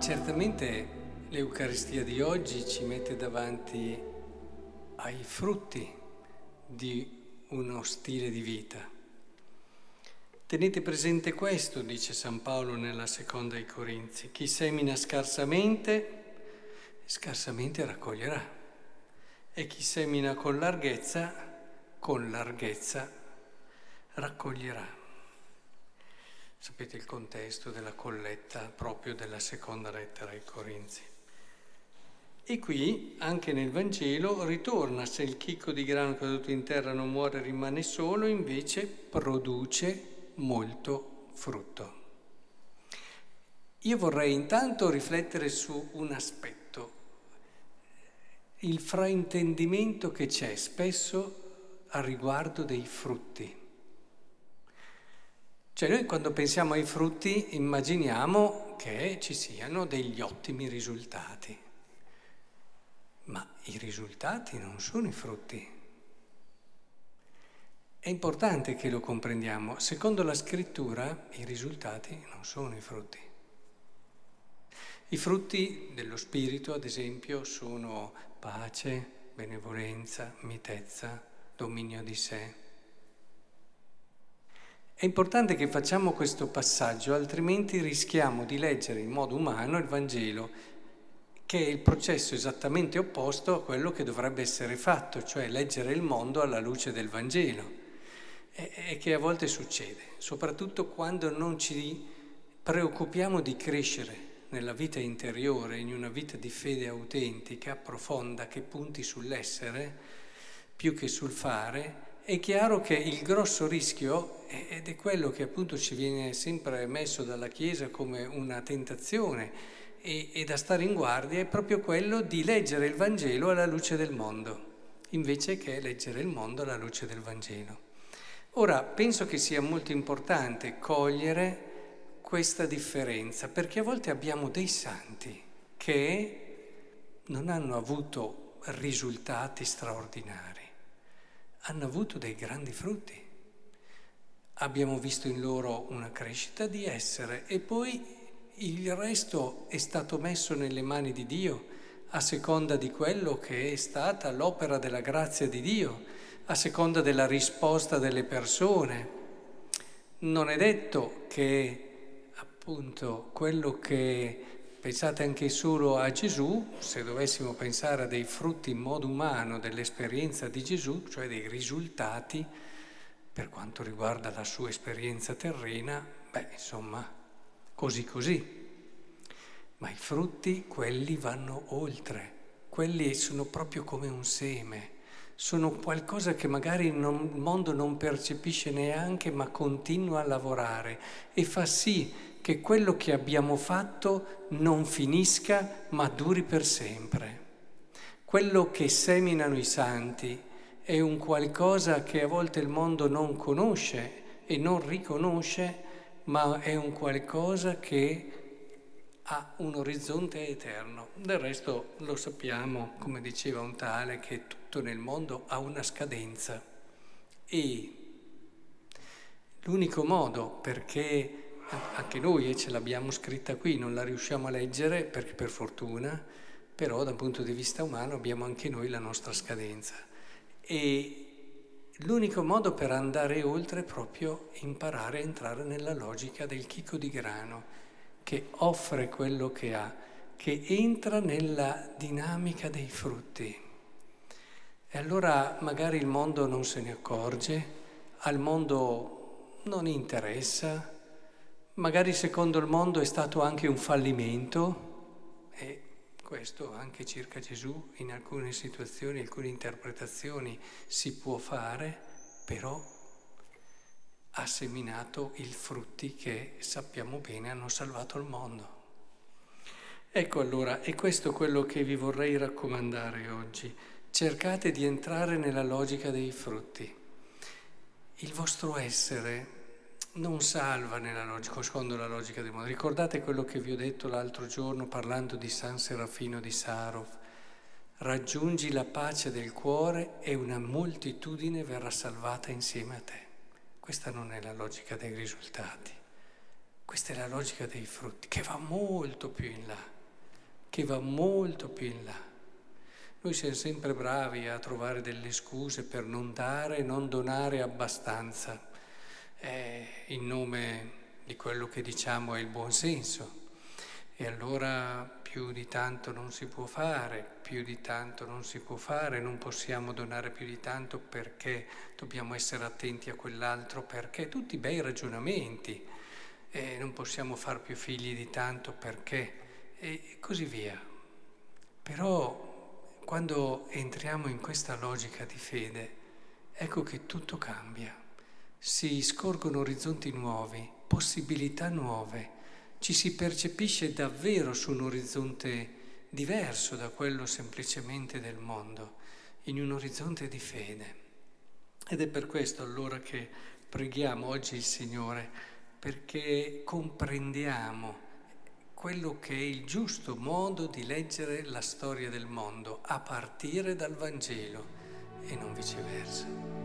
Certamente l'Eucaristia di oggi ci mette davanti ai frutti di uno stile di vita. Tenete presente questo, dice San Paolo nella seconda ai Corinzi: chi semina scarsamente raccoglierà, e chi semina con larghezza raccoglierà. Sapete il contesto della colletta proprio della seconda lettera ai Corinzi. E qui, anche nel Vangelo, ritorna: se il chicco di grano caduto in terra non muore, rimane solo, invece produce molto frutto. Io vorrei intanto riflettere su un aspetto, il fraintendimento che c'è spesso a riguardo dei frutti. Cioè noi quando pensiamo ai frutti immaginiamo che ci siano degli ottimi risultati, ma i risultati non sono i frutti. È importante che lo comprendiamo. Secondo la Scrittura i risultati non sono i frutti. I frutti dello Spirito, ad esempio, sono pace, benevolenza, mitezza, dominio di sé. È importante che facciamo questo passaggio, altrimenti rischiamo di leggere in modo umano il Vangelo, che è il processo esattamente opposto a quello che dovrebbe essere fatto, cioè leggere il mondo alla luce del Vangelo, e che a volte succede, soprattutto quando non ci preoccupiamo di crescere nella vita interiore, in una vita di fede autentica, profonda, che punti sull'essere più che sul fare. È chiaro che il grosso rischio, ed è quello che appunto ci viene sempre messo dalla Chiesa come una tentazione e da stare in guardia, è proprio quello di leggere il Vangelo alla luce del mondo, invece che leggere il mondo alla luce del Vangelo. Ora, penso che sia molto importante cogliere questa differenza, perché a volte abbiamo dei santi che non hanno avuto risultati straordinari, hanno avuto dei grandi frutti. Abbiamo visto in loro una crescita di essere e poi il resto è stato messo nelle mani di Dio a seconda di quello che è stata l'opera della grazia di Dio, a seconda della risposta delle persone. Non è detto che appunto quello che pensate anche solo a Gesù, se dovessimo pensare a dei frutti in modo umano dell'esperienza di Gesù, cioè dei risultati per quanto riguarda la sua esperienza terrena, insomma, così. Ma i frutti, quelli vanno oltre, quelli sono proprio come un seme, sono qualcosa che magari il mondo non percepisce neanche, ma continua a lavorare e fa sì che quello che abbiamo fatto non finisca, ma duri per sempre. Quello che seminano i santi è un qualcosa che a volte il mondo non conosce e non riconosce, ma è un qualcosa che ha un orizzonte eterno. Del resto lo sappiamo, come diceva un tale, che tutto nel mondo ha una scadenza. E l'unico modo, perché anche noi ce l'abbiamo scritta qui, non la riusciamo a leggere perché per fortuna, però dal punto di vista umano abbiamo anche noi la nostra scadenza. E l'unico modo per andare oltre è proprio imparare a entrare nella logica del chicco di grano, che offre quello che ha, che entra nella dinamica dei frutti. E allora magari il mondo non se ne accorge, al mondo non interessa, magari secondo il mondo è stato anche un fallimento, e questo anche circa Gesù in alcune situazioni, alcune interpretazioni si può fare, però ha seminato i frutti che sappiamo bene hanno salvato il mondo. Ecco allora, è questo quello che vi vorrei raccomandare oggi. Cercate di entrare nella logica dei frutti. Il vostro essere non salva secondo la logica del mondo. Ricordate quello che vi ho detto l'altro giorno parlando di San Serafino di Sarov. Raggiungi la pace del cuore e una moltitudine verrà salvata insieme a te. Questa non è la logica dei risultati, questa è la logica dei frutti, che va molto più in là. che va molto più in là. Noi siamo sempre bravi a trovare delle scuse per non dare, non donare abbastanza, in nome di quello che diciamo è il buon senso. E allora più di tanto non si può fare, più di tanto non si può fare, non possiamo donare più di tanto perché dobbiamo essere attenti a quell'altro, perché tutti bei ragionamenti, non possiamo far più figli di tanto perché, e così via. Però quando entriamo in questa logica di fede, ecco che tutto cambia, si scorgono orizzonti nuovi, possibilità nuove, ci si percepisce davvero su un orizzonte diverso da quello semplicemente del mondo, in un orizzonte di fede. Ed è per questo allora che preghiamo oggi il Signore, perché comprendiamo quello che è il giusto modo di leggere la storia del mondo, a partire dal Vangelo e non viceversa.